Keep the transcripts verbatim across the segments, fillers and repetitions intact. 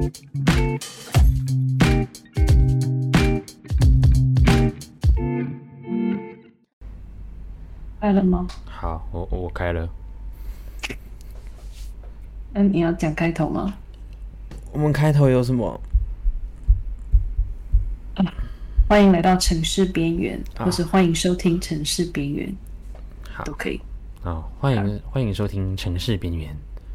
开了吗？ 好，我我开了。 那你要讲开头吗？ 我们开头有什么？ 啊，欢迎来到城市边缘， 啊或是欢迎收听城市边缘， 好都可以。 好，欢迎欢迎收听城市边缘。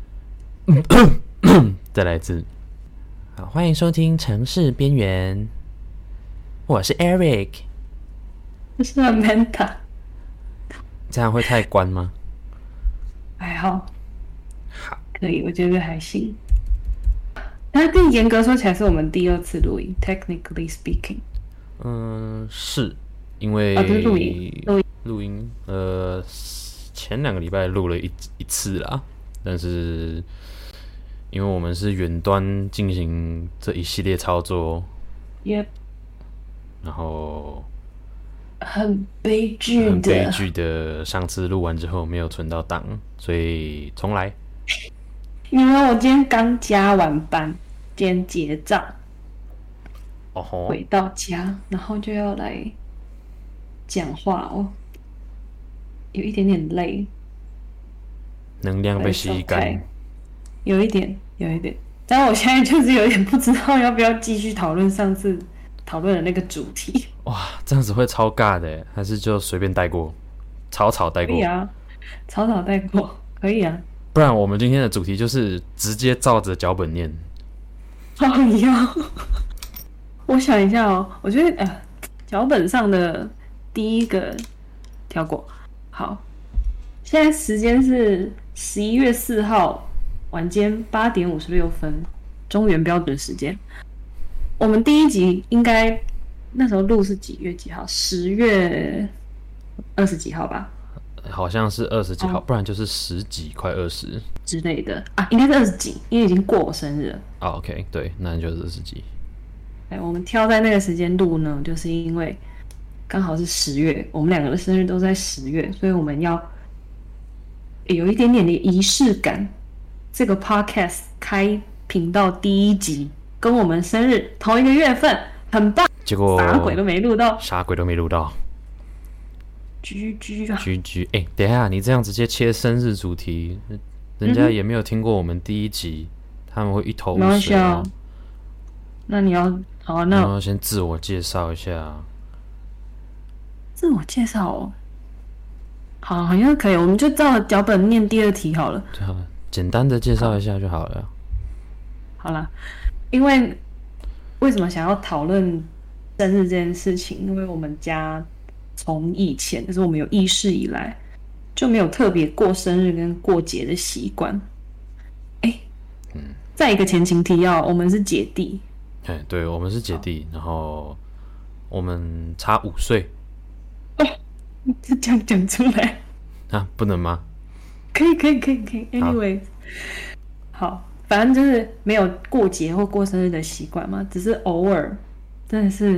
再来一次。好，欢迎收听城市边缘。我是 Eric。 我是 Amanda。 这样会太关吗？ 还好， 好， 可以，我觉得还行。但更严格说起来，是我们第二次录音 ，technically speaking。 嗯，是因为啊，不是录音，录音录音，呃，前两个礼拜录了一一次啦，但是因为我们是远端进行这一系列操作， ，Yep， 然后很悲剧的， 很悲剧的，上次录完之后没有存到档，所以重来。 因为我今天刚加完班，今天结账， 哦吼， 回到家，然后就要来讲话哦，有一点点累， 能量被吸干， 有一点，有一点。但我现在就是有点不知道要不要继续讨论上次讨论的那个主题。 哇，这样子会超尬的耶，还是就随便带过，草草带过？ 可以啊，草草带过，可以啊。 不然我们今天的主题就是直接照着脚本念。 好呀，我想一下哦，我觉得呃，脚本上的第一个跳过。好，现在时间是十一月四号晚间八点五十六分，中原标准时间。我们第一集应该那时候录是几月几号？十月二十几号吧？ 好像是二十几号， 哦不然就是十几，快二十之类的啊，应该是二十几，因为已经过我生日了。 啊。OK， 对，那就是二十几。 哎，我们挑在那个时间录呢，就是因为刚好是十月，我们两个的生日都在十月，所以我们要有一点点的仪式感。这个 podcast 开频道第一集跟我们生日同一个月份，很棒。 结果啥鬼都没录到， 啥鬼都没录到。 居居啊！ 居居，哎，等一下，你这样直接切生日主题，人家也没有听过我们第一集，他们会一头雾水啊。 那你要好啊，那然后先自我介绍一下。 自我介绍哦，好，好像可以，我们就照脚本念第二题好了。 对啊，简单的介绍一下就好了。 好啦，因为为什么想要讨论生日这件事情？因为我们家从以前就是我们有意识以来就没有特别过生日跟过节的习惯。哎、嗯，再一个前情提要，我们是姐弟。 哎，对，我们是姐弟，然后我们差五岁。 哦，就这样讲出来啊？不能吗？ 可以，可以，可以，可以。Anyway， 好。好，反正就是没有过节或过生日的习惯嘛，只是偶尔，真的是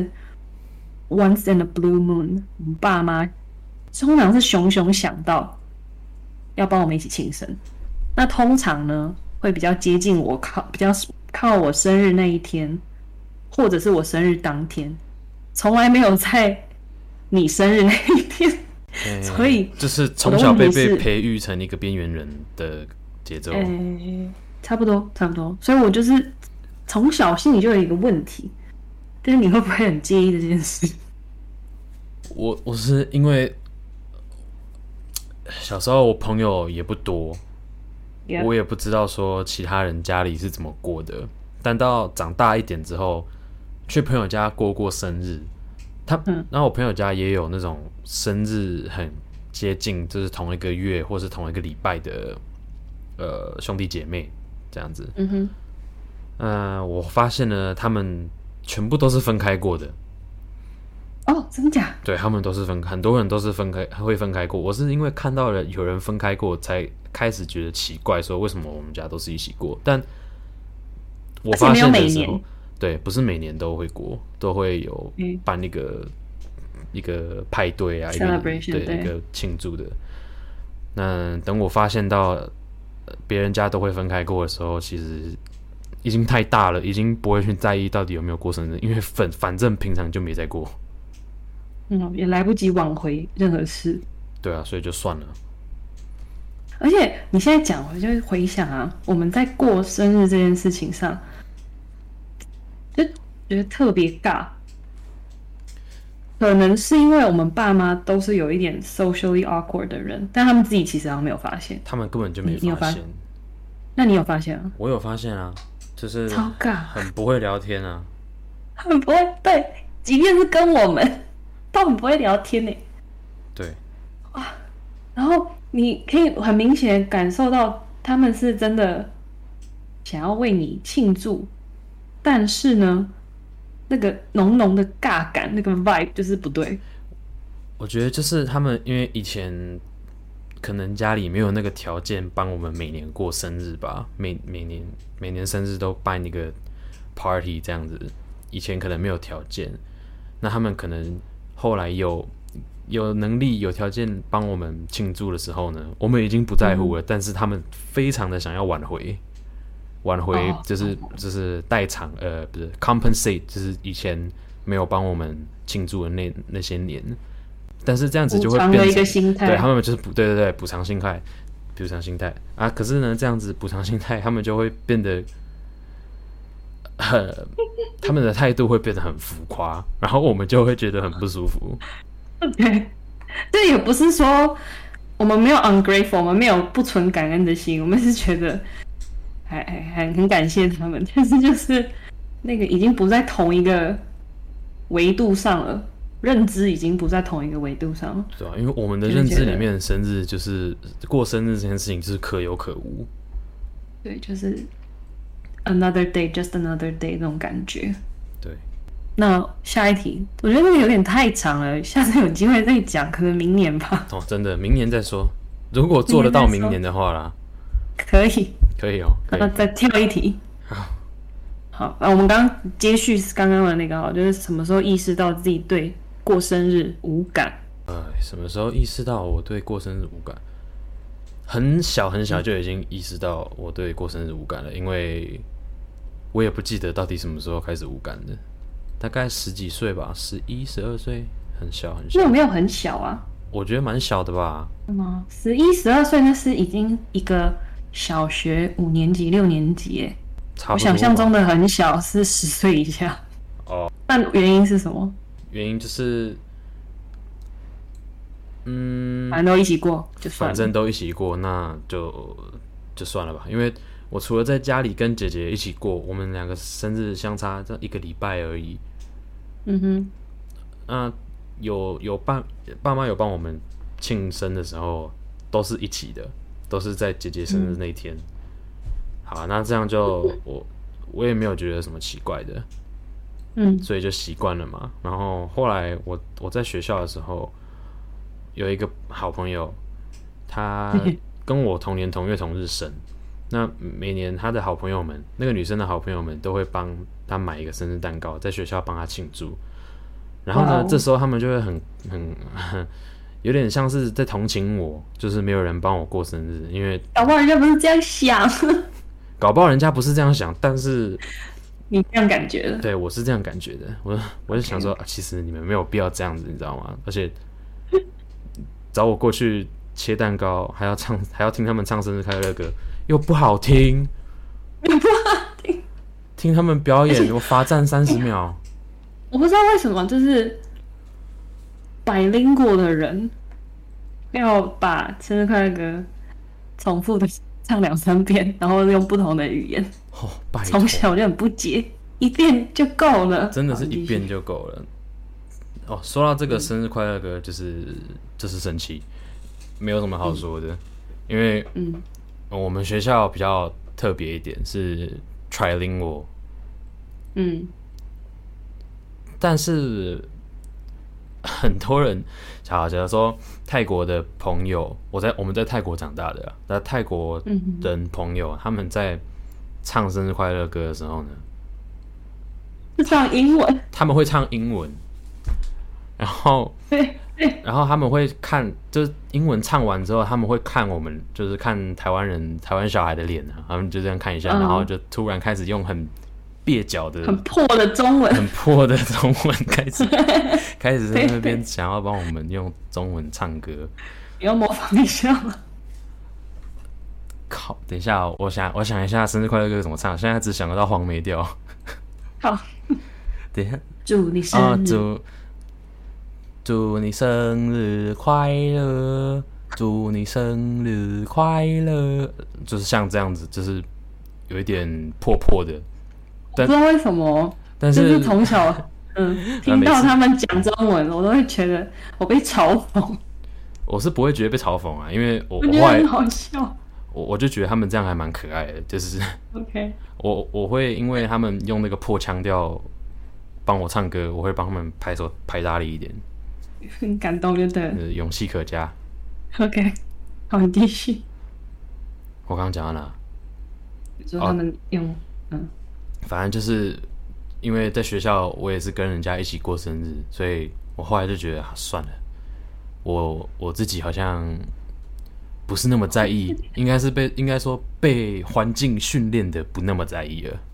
once in a blue moon， 我们爸妈通常是熊熊想到要帮我们一起庆生。那通常呢，会比较接近我靠，比较靠我生日那一天，或者是我生日当天，从来没有在你生日那一天。欸、所以就是从小被被培育成一个边缘人的节奏。 欸差不多，差不多，所以我就是从小心里就有一个问题，就是你会不会很介意这件事？ 我我是因为小时候我朋友也不多， yeah. 我也不知道说其他人家里是怎么过的。但到长大一点之后，去朋友家过过生日，他，嗯、然后我朋友家也有那种生日很接近，就是同一个月或是同一个礼拜的呃兄弟姐妹。这样子，嗯哼，呃，我发现了他们全部都是分开过的。 哦，真假？ 对，他们都是分，很多人都是分开，会分开过。我是因为看到了有人分开过，才开始觉得奇怪，说为什么我们家都是一起过？但我发现的时候，对，不是每年都会过，都会有办一个、嗯、一个派对啊，一个对一个庆祝的。那等我发现到别人家都会分开过的时候，其实已经太大了，已经不会去在意到底有没有过生日，因为反反正平常就没在过。 嗯，也来不及挽回任何事。 对啊，所以就算了。 而且你现在讲，我就回想啊，我们在过生日这件事情上，就觉得特别尬。可能是因为我们爸妈都是有一点 socially awkward 的人，但他们自己其实好像没有发现。 他们根本就没发现。 那你有发现啊？ 我有发现啊，就是超尬， 很不会聊天啊。 很不会，对，即便是跟我们，都很不会聊天呢。 对。 哇，然后你可以很明显感受到他们是真的想要为你庆祝，但是呢，那个浓浓的尬感，那个 vibe 就是不对。 我觉得就是他们因为以前可能家里没有那个条件帮我们每年过生日吧，每每年每年生日都办一个 party 这样子，以前可能没有条件，那他们可能后来有有能力有条件帮我们庆祝的时候呢，我们已经不在乎了，嗯、但是他们非常的想要挽回。挽回就是、哦、就是代偿，呃，不是 compensate， 就是以前没有帮我们庆祝的那那些年，但是这样子就会变成一个心态， 对他们就是补，对对对，补偿心态，补偿心态啊。可是呢，这样子补偿心态，他们就会变得很，他们的态度会变得很浮夸，然后我们就会觉得很不舒服。 对，这也不是说我们没有 ungrateful， 我们没有不存感恩的心，我们是觉得。还还很感谢他们，但是就是那个已经不在同一个维度上了，认知已经不在同一个维度上了。 对啊，因为我们的认知里面，生日就是过生日这件事情就是可有可无。 对，就是 another day, just another day 那种感觉。 对。 那下一题，我觉得那个有点太长了，下次有机会再讲，可能明年吧。 哦，真的，明年再说。如果做得到明年的话啦， 可以。 可以哦， 那再跳一题。好，好，啊，我们刚刚接续刚刚的那个，就是什么时候意识到自己对过生日无感？ 呃，什么时候意识到我对过生日无感？很小很小就已经意识到我对过生日无感了，因为我也不记得到底什么时候开始无感的，大概十几岁吧，十一、十二岁，很小很小。 那有没有很小啊？ 我觉得蛮小的吧。 是吗？十一、十二岁那是已经一个。小学五年级、六年级耶，我想象中的很小是十岁以下。 哦， 那原因是什么？ 原因就是，嗯， 反正都一起过，就算了。 反正都一起过，那就就算了吧。因为我除了在家里跟姐姐一起过，我们两个生日相差这一个礼拜而已。 嗯哼， 那有有爸爸妈有帮我们庆生的时候，都是一起的。都是在姐姐生日那一天，嗯、好，那这样就我我也没有觉得什么奇怪的， 嗯， 所以就习惯了嘛。然后后来我我在学校的时候，有一个好朋友，他跟我同年同月同日生，那每年他的好朋友们，那个女生的好朋友们都会帮他买一个生日蛋糕，在学校帮他庆祝。然后呢， wow. 这时候他们就会很很。很有点像是在同情我，就是没有人帮我过生日，因为搞不好人家不是这样想， 搞不好人家不是这样想，但是你这样感觉的， 对我是这样感觉的，我我就想说、okay. 啊，其实你们没有必要这样子，你知道吗？而且找我过去切蛋糕，还要唱，还要听他们唱生日快乐歌，又不好听， 又不好听， 听他们表演，我罚站三十秒。 我不知道为什么，就是bilingual的人要把生日快乐歌重复的唱两三遍，然后用不同的语言。 哦，拜托， 从小就很不解，一遍就够了， 真的是一遍就够了。哦，说到这个生日快乐歌，就是就是生气，没有什么好说的，嗯、因为嗯，我们学校比较特别一点，是 trilingual， 嗯， 但是很多人，假如说泰国的朋友，我在我们在泰国长大的啦，那泰国人朋友、嗯、他们在唱生日快乐歌的时候呢， 是唱英文， 他们会唱英文，然后然后他们会看，就是英文唱完之后，他们会看我们，就是看台湾人、台湾小孩的脸啊，他们就这样看一下，嗯、然后就突然开始用很蹩脚的、 很破的中文、 很破的中文开始开始在那边想要帮我们用中文唱歌。 你要模仿一下吗？ 靠！等一下，我想我想一下，生日快乐歌怎么唱？现在只想得到黄梅调。 好， 等一下， 祝你生日。 哦、祝祝你生日快乐，祝你生日快乐，就是像这样子，就是有一点破破的。 不知道为什么， 但是就是从小嗯听到他们讲中文，我都会觉得我被嘲讽。 我是不会觉得被嘲讽啊，因为我我觉得很好笑。 我我就觉得他们这样还蛮可爱的，就是 OK， 我我会因为他们用那个破腔调帮我唱歌，我会帮他们拍手拍大力一点。 很感动，就对了。 呃，勇气可嘉。 OK， 好，你继续。 我刚刚讲到哪？ 你说他们用、哦、嗯， 反正就是因为在学校，我也是跟人家一起过生日，所以我后来就觉得、啊、算了，我我自己好像不是那么在意，应该是被应该说被环境训练的不那么在意了。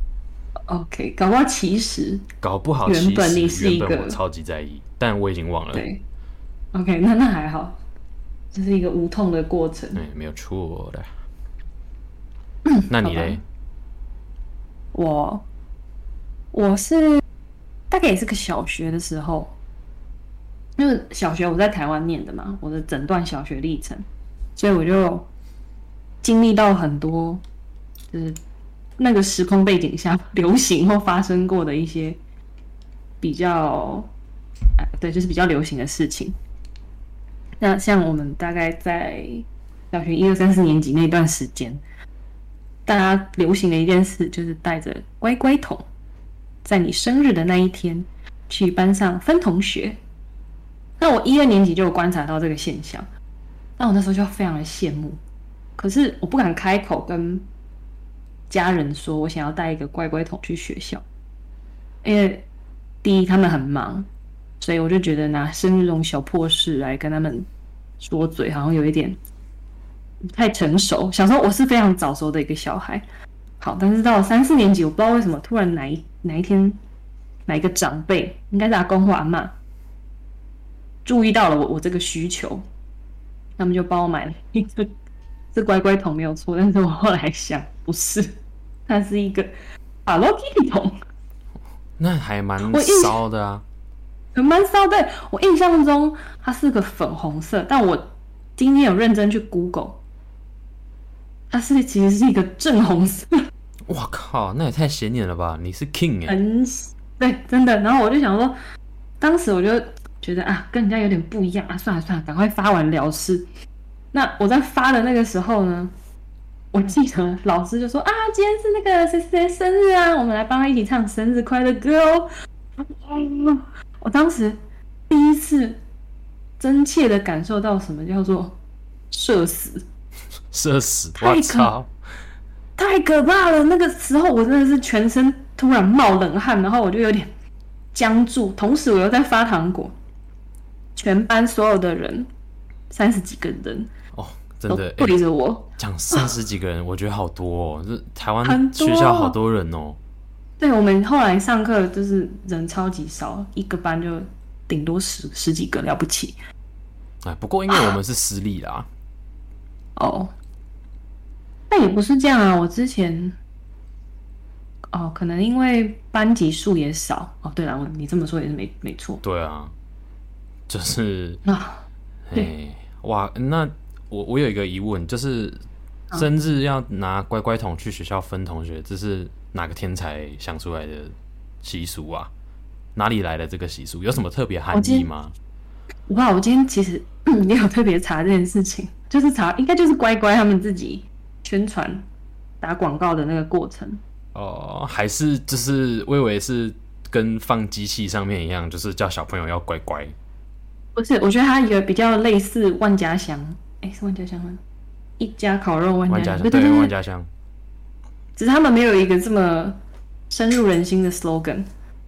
OK， 搞不好其实搞不好其实原本你是一个原本我超级在意，但我已经忘了。 对 ，OK， 那那还好，这是一个无痛的过程。 对，没有错的。那你嘞？ 我我是大概也是个小学的时候，因为小学我在台湾念的嘛，我的整段小学历程，所以我就经历到很多，就是那个时空背景下流行或发生过的一些比较，呃，对，就是比较流行的事情。那像我们大概在小学一二三四年级那段时间，大家流行的一件事就是带着乖乖桶，在你生日的那一天去班上分同学。那我一二年级就有观察到这个现象，那我那时候就非常的羡慕，可是我不敢开口跟家人说我想要带一个乖乖桶去学校，因为第一他们很忙，所以我就觉得拿生日这种小破事来跟他们说嘴，好像有一点不太成熟。小时候我是非常早熟的一个小孩，好，但是到了三四年级，我不知道为什么突然哪一哪一天，哪一个长辈，应该是阿公或阿嬷，注意到了我我这个需求，他们就帮我买了一个是乖乖桶没有错，但是我后来想不是，它是一个 Hello Kitty 桶， 那还蛮骚的啊， 很蛮骚。对，我印象中它是个粉红色，但我今天有认真去 Google， 它是其实是一个正红色。 哇靠，那也太显眼了吧！你是 King 哎、欸， 很对，真的。然后我就想说，当时我就觉得啊，跟人家有点不一样啊，算了算了，赶快发完了事。那我在发的那个时候呢，我记得老师就说啊，今天是那个谁谁生日啊，我们来帮他一起唱生日快乐歌哦。我当时第一次真切的感受到什么叫做社死， 社死，我操， 太可怕了！那个时候我真的是全身突然冒冷汗，然后我就有点僵住，同时我又在发糖果，全班所有的人三十几个人。 真的对着我讲三十几个人，我觉得好多哦。这台湾学校好多人哦。 对，我们后来上课就是人超级少，一个班就顶多十十几个了不起。 哎，不过因为我们是私立啦。 哦，但也不是这样啊。我之前哦，可能因为班级数也少哦。对了，你这么说也是没没错。 对啊，就是啊， 哎哇，那。我我有一个疑问，就是生日要拿乖乖桶去学校分同学，这是哪个天才想出来的习俗啊？哪里来的这个习俗？有什么特别含义吗？ 哇，我今天其实也有特别查这件事情，就是查应该就是乖乖他们自己宣传打广告的那个过程。 哦，还是就是我以为是跟放机器上面一样，就是叫小朋友要乖乖。 不是，我觉得它有比较类似万家香。哎，是万家香吗？一家烤肉万家香， 对对对，万家香。 只是他们没有一个这么深入人心的 slogan。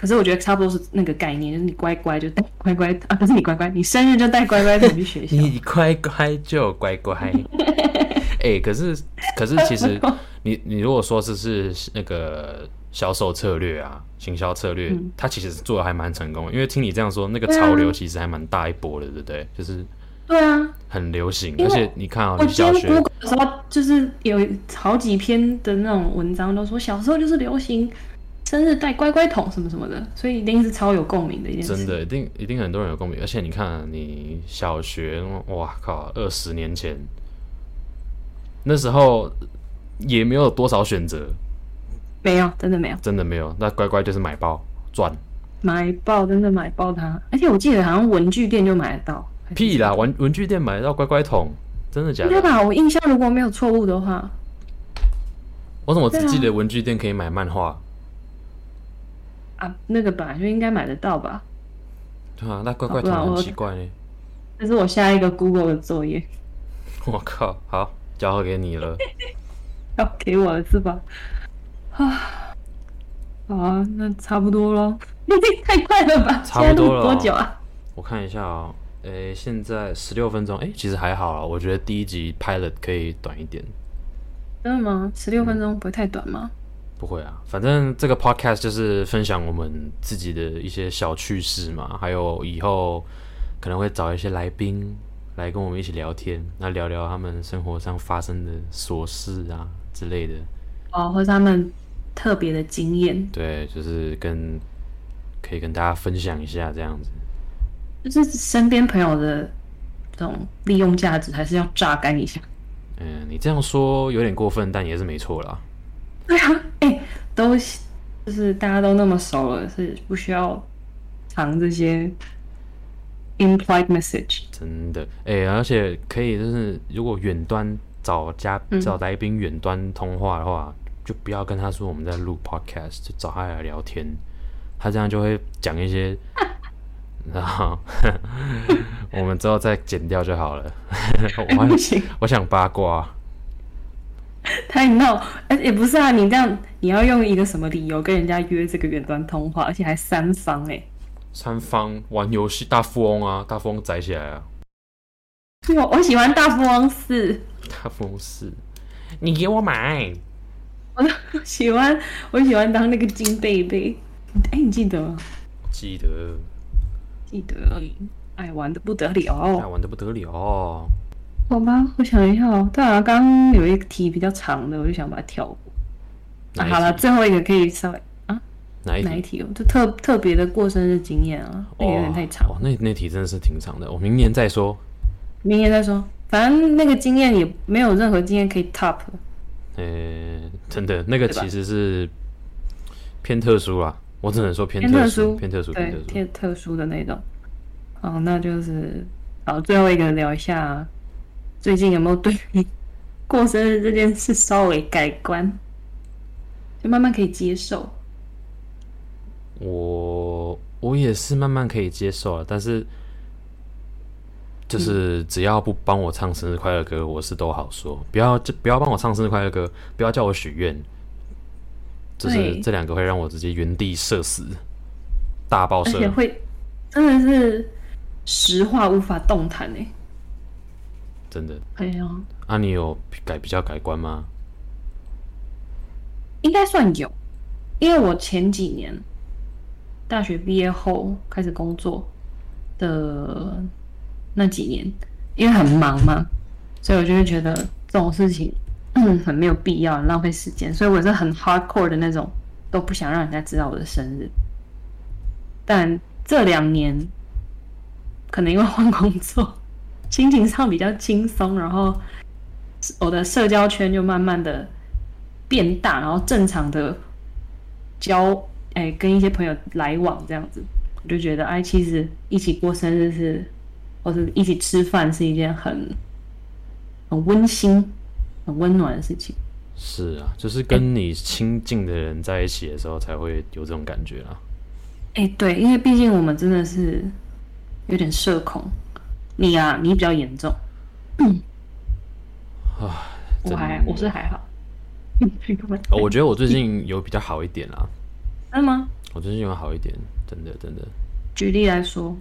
可是我觉得差不多是那个概念，就是你乖乖就带乖乖啊，不是你乖乖，你生日就带乖乖桶去学校。 你乖乖就乖乖。哎、欸，可是可是其实你你如果说这是那个销售策略啊，行销策略，嗯、它其实做的还蛮成功的，因为听你这样说，那个潮流其实还蛮大一波的，对不对？就是对啊， 很流行，而且你看啊、 喔， 你小学 Google 的时候就是有好几篇的那种文章都说小时候就是流行生日带乖乖桶什么什么的，所以一定是超有共鸣的一件事。 真的，一定一定很多人有共鸣，而且你看、啊、你小学，哇靠，二十年前。那时候也没有多少选择， 没有，真的没有， 真的没有。那乖乖就是买爆赚， 买爆，真的买爆它。而且我记得好像文具店就买得到。 屁啦，文文具店买得到乖乖桶，真的假的？ 对吧？我印象如果没有错误的话， 我怎么只记得文具店可以买漫画？ 啊，那个本来就应该买得到吧？ 对啊，那乖乖桶很奇怪呢。 这是我下一个 Google 的作业。 我靠，好。交给你了， 要给我了是吧？啊，好啊，那差不多咯。太快了吧？ 差不多了。 多久啊？ 我看一下啊、喔，诶、欸，现在十六分钟，诶、欸，其实还好啊。我觉得第一集 pilot 可以短一点。 真的吗？十六分钟不会太短吗？ 不会啊，反正这个 podcast 就是分享我们自己的一些小趣事嘛，还有以后可能会找一些来宾。来跟我们一起聊天，那聊聊他们生活上发生的琐事啊之类的， 哦，或者他们特别的经验， 对，就是跟可以跟大家分享一下这样子， 就是身边朋友的这种利用价值还是要榨干一下。 嗯，你这样说有点过分，但也是没错啦。 对啊，哎、欸，都就是大家都那么熟了，是不需要藏这些。implied message 真的哎、欸，而且可以就是如果远端找嘉找来宾远端通话的话、嗯，就不要跟他说我们在录 podcast， 就找他来聊天，他这样就会讲一些，然后我们之后再剪掉就好了。我不行， 我想八卦， 太闹，哎、欸，也不是啊，你这样你要用一个什么理由跟人家约这个远端通话，而且还三方哎、欸。 三方玩游戏大富翁啊，大富翁载起来啊！ 我我喜欢大富翁四， 大富翁四，你给我买！ 我喜欢，我喜欢当那个金贝贝。哎、欸，你记得吗？ 记得， 记得，哎，玩的不得了， 哎，玩的不得了。 好吧，我想一下哦，对啊，刚刚有一个题比较长的，我就想把它跳过。啊、好了，最后一个可以稍微。 哪一题？ 哪一题哦？就特特别的过生日经验啊，那个有点太长。 哦，那那题真的是挺长的，我明年再说。 明年再说，反正那个经验也没有任何经验可以 top。 呃、欸，真的，那个其实是偏特殊啦，我只能说偏特殊，偏特殊，偏特殊， 偏特殊的那种。好，那就是好，最后一个聊一下，最近有没有对过生日这件事稍微改观，就慢慢可以接受。 我我也是慢慢可以接受了，但是就是只要不帮我唱生日快乐歌，我是都好说。不要就不要帮我唱生日快乐歌，不要叫我许愿，就是这两个会让我直接原地社死，大爆射， 而且会真的是实话无法动弹哎， 真的。 哎呀， 啊，你有改比较改观吗？ 应该算有，因为我前几年。大学毕业后开始工作的那几年，因为很忙嘛，所以我就会觉得这种事情、嗯、很没有必要，很浪费时间，所以我是很 hardcore 的那种，都不想让人家知道我的生日。但这两年，可能因为换工作，心情上比较轻松，然后我的社交圈就慢慢的变大，然后正常的交。哎、欸，跟一些朋友来往这样子，我就觉得，哎，其实一起过生日是，或者一起吃饭是一件很很温馨、很温暖的事情。 是啊，就是跟你亲近的人在一起的时候，才会有这种感觉啦。 哎、欸，对，因为毕竟我们真的是有点社恐，你啊，你比较严重。嗯， 啊， 我还我是还好。 我觉得我最近有比较好一点啦。 真的吗？ 我最近有好一点，真的真的。 举例来说，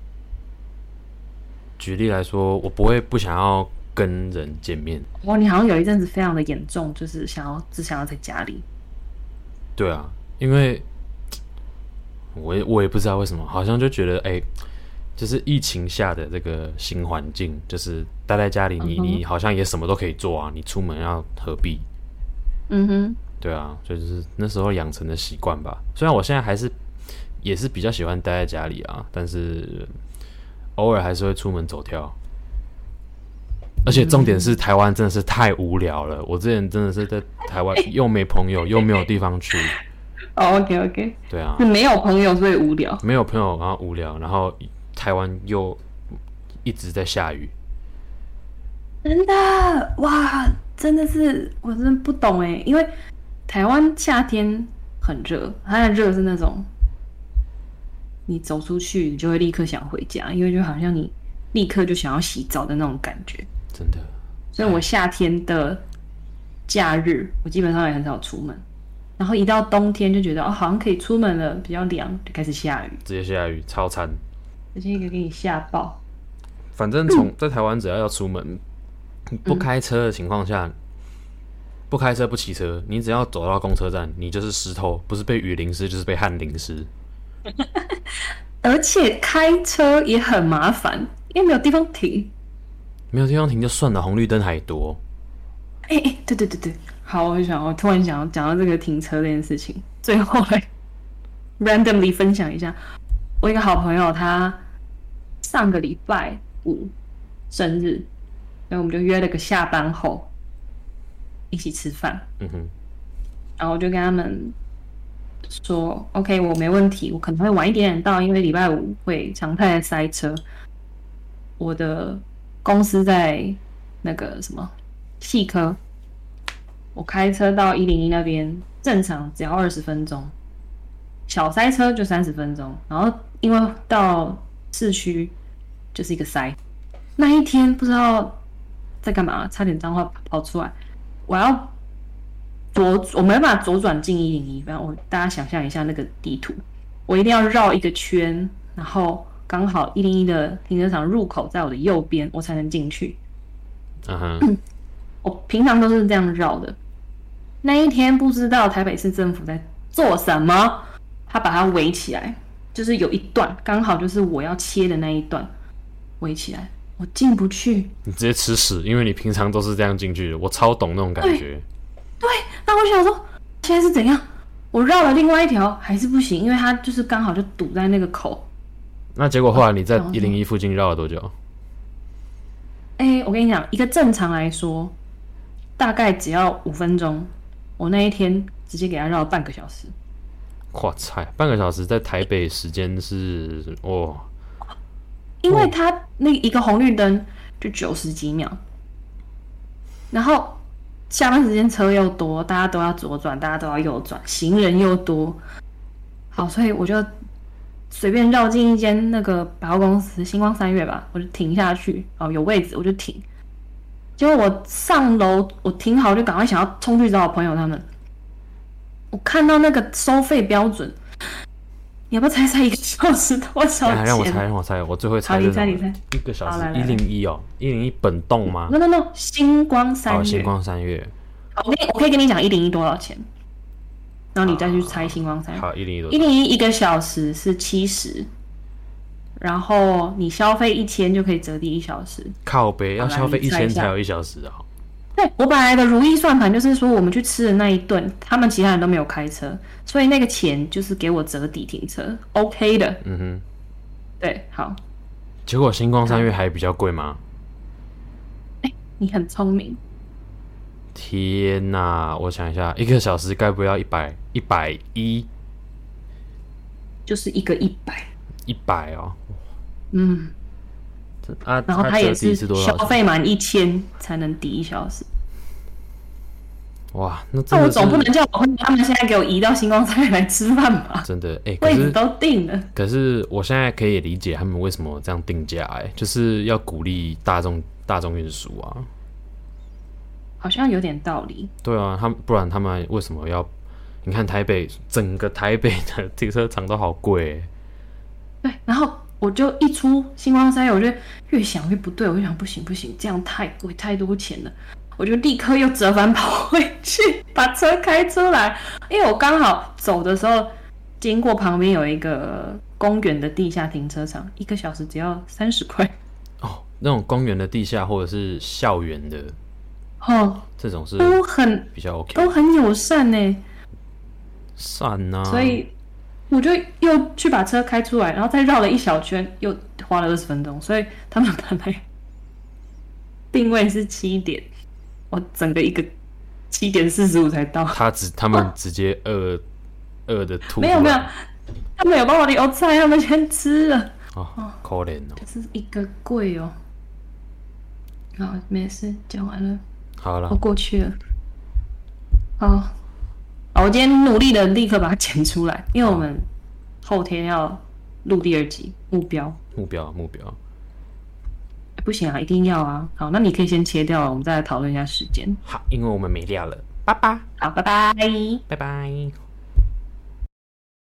举例来说，我不会不想要跟人见面。 哇，你好像有一阵子非常的严重，就是想要只想要在家里。 对啊，因为我也我也不知道为什么，好像就觉得哎、欸，就是疫情下的这个新环境，就是待在家里你，你、嗯、你好像也什么都可以做啊，你出门要何必？ 嗯哼， 对啊，所以就是那时候养成的习惯吧。虽然我现在还是也是比较喜欢待在家里啊，但是偶尔还是会出门走跳。而且重点是台湾真的是太无聊了，我之前真的是在台湾又没朋友又没有地方去。 哦、oh, ，OK OK， 对啊， 没有朋友所以无聊， 没有朋友然后无聊，然后台湾又一直在下雨， 真的哇，真的是我真的不懂哎，因为台湾夏天很热，它的热是那种你走出去你就会立刻想回家，因为就好像你立刻就想要洗澡的那种感觉， 真的。 所以我夏天的假日我基本上也很少出门。然后一到冬天就觉得哦，好像可以出门了，比较凉，就开始下雨， 直接下雨，超惨， 直接一个给你吓爆。 反正从、嗯、在台湾只要要出门，不开车的情况下，嗯、不开车不骑车，你只要走到公车站，你就是湿透，不是被雨淋湿，就是被汗淋湿。 而且开车也很麻烦，因为没有地方停。 没有地方停就算了，红绿灯还多。 哎、欸、哎、欸，对对对对。好，我想，我突然想讲到这个停车这件事情，最后来 randomly 分享一下，我一个好朋友，他上个礼拜五生日，所以我们就约了个下班后一起吃饭。嗯哼，然后我就跟他们说 ，OK， 我没问题，我可能会晚一点点到，因为礼拜五会常态的塞车。我的公司在那个什么细科。我开车到一零一那边，正常只要二十分钟，小塞车就三十分钟。然后因为到市区就是一个塞，那一天不知道在干嘛，差点脏话跑出来。我要左，我没办法左转进一零一，反正我大家想象一下那个地图，我一定要绕一个圈，然后刚好一零一的停车场入口在我的右边，我才能进去。嗯哼，我平常都是这样绕的。那一天不知道台北市政府在做什么，他把它围起来，就是有一段刚好就是我要切的那一段围起来，我进不去。 你直接吃屎，因为你平常都是这样进去的，我超懂那种感觉。 对，那我想说现在是怎样？我绕了另外一条还是不行，因为它就是刚好就堵在那个口。 那结果后来你在一零一附近绕了多久？ 哎、欸，我跟你讲，一个正常来说，大概只要五分钟。我那一天直接给他绕了半个小时。 哇塞，半个小时在台北时间是哇， 因为他那一个红绿灯就九十几秒，然后下班时间车又多，大家都要左转，大家都要右转，行人又多。好，所以我就随便绕进一间那个百货公司，星光三月吧，我就停下去，哦，有位置我就停。结果我上楼，我停好就赶快想要冲去找我朋友他们。我看到那个收费标准，你要不要猜猜一个小时多少钱？ 让我猜，让我猜，我最会猜。 好，你猜，你猜。 一个小时一零一哦，一零一本栋吗 ？No No No， 星光三月。 哦，星光三月。 我可以，我可以跟你讲一零一多少钱，然后你再去猜星光三月。 好，一零一多少？ 一零一一个小时是七十。然后你消费一千就可以折抵一小时。 靠北要消费一千才有一小时啊！ 对，我本来的如意算盘就是说，我们去吃的那一顿，他们其他人都没有开车，所以那个钱就是给我折抵停车 ，OK 的。嗯哼，对，好。 结果星光三月还比较贵吗？ 哎、欸，你很聪明。 天哪！我想一下，一个小时该不会要一百一百一？ 就是一个一百。 一百哦。 嗯， 啊， 然后他也是消费满一千才能抵一小时。 哇，那真的是， 那我总不能叫我朋友他们现在给我移到星光三月来吃饭吧？ 真的，哎、欸， 位置都定了。 可是我现在可以理解他们为什么这样定价，哎，就是要鼓励大众大众运输啊。 好像有点道理。 对啊，他们不然他们为什么要你看台北整个台北的停车场都好贵， 对，然后我就一出星光三月，我就越想越不对，我就想不行不行，这样太贵太多钱了，我就立刻又折返跑回去，把车开出来，因为我刚好走的时候经过旁边有一个公园的地下停车场，一个小时只要三十块。 哦，那种公园的地下或者是校园的， 哦， 这种是都很比较 OK， 都很友善呢。 善啊， 所以我就又去把车开出来，然后再绕了一小圈，又花了二十分钟。所以他们本来定位是七点，我整个一个七点四十五才到。 他只他们直接饿饿的吐， 没有没有，他们有帮我留菜，他们先吃了。 哦，可怜哦， 这是一个贵哦。好，没事，讲完了。 好了， 我过去了。好，好，我今天努力的立刻把它剪出来，因为我们后天要录第二集，目标， 目标，目标。 不行啊，一定要啊。好，那你可以先切掉了，我们再来讨论一下时间。 好，因为我们没料了，拜拜。 好，拜拜， 拜拜。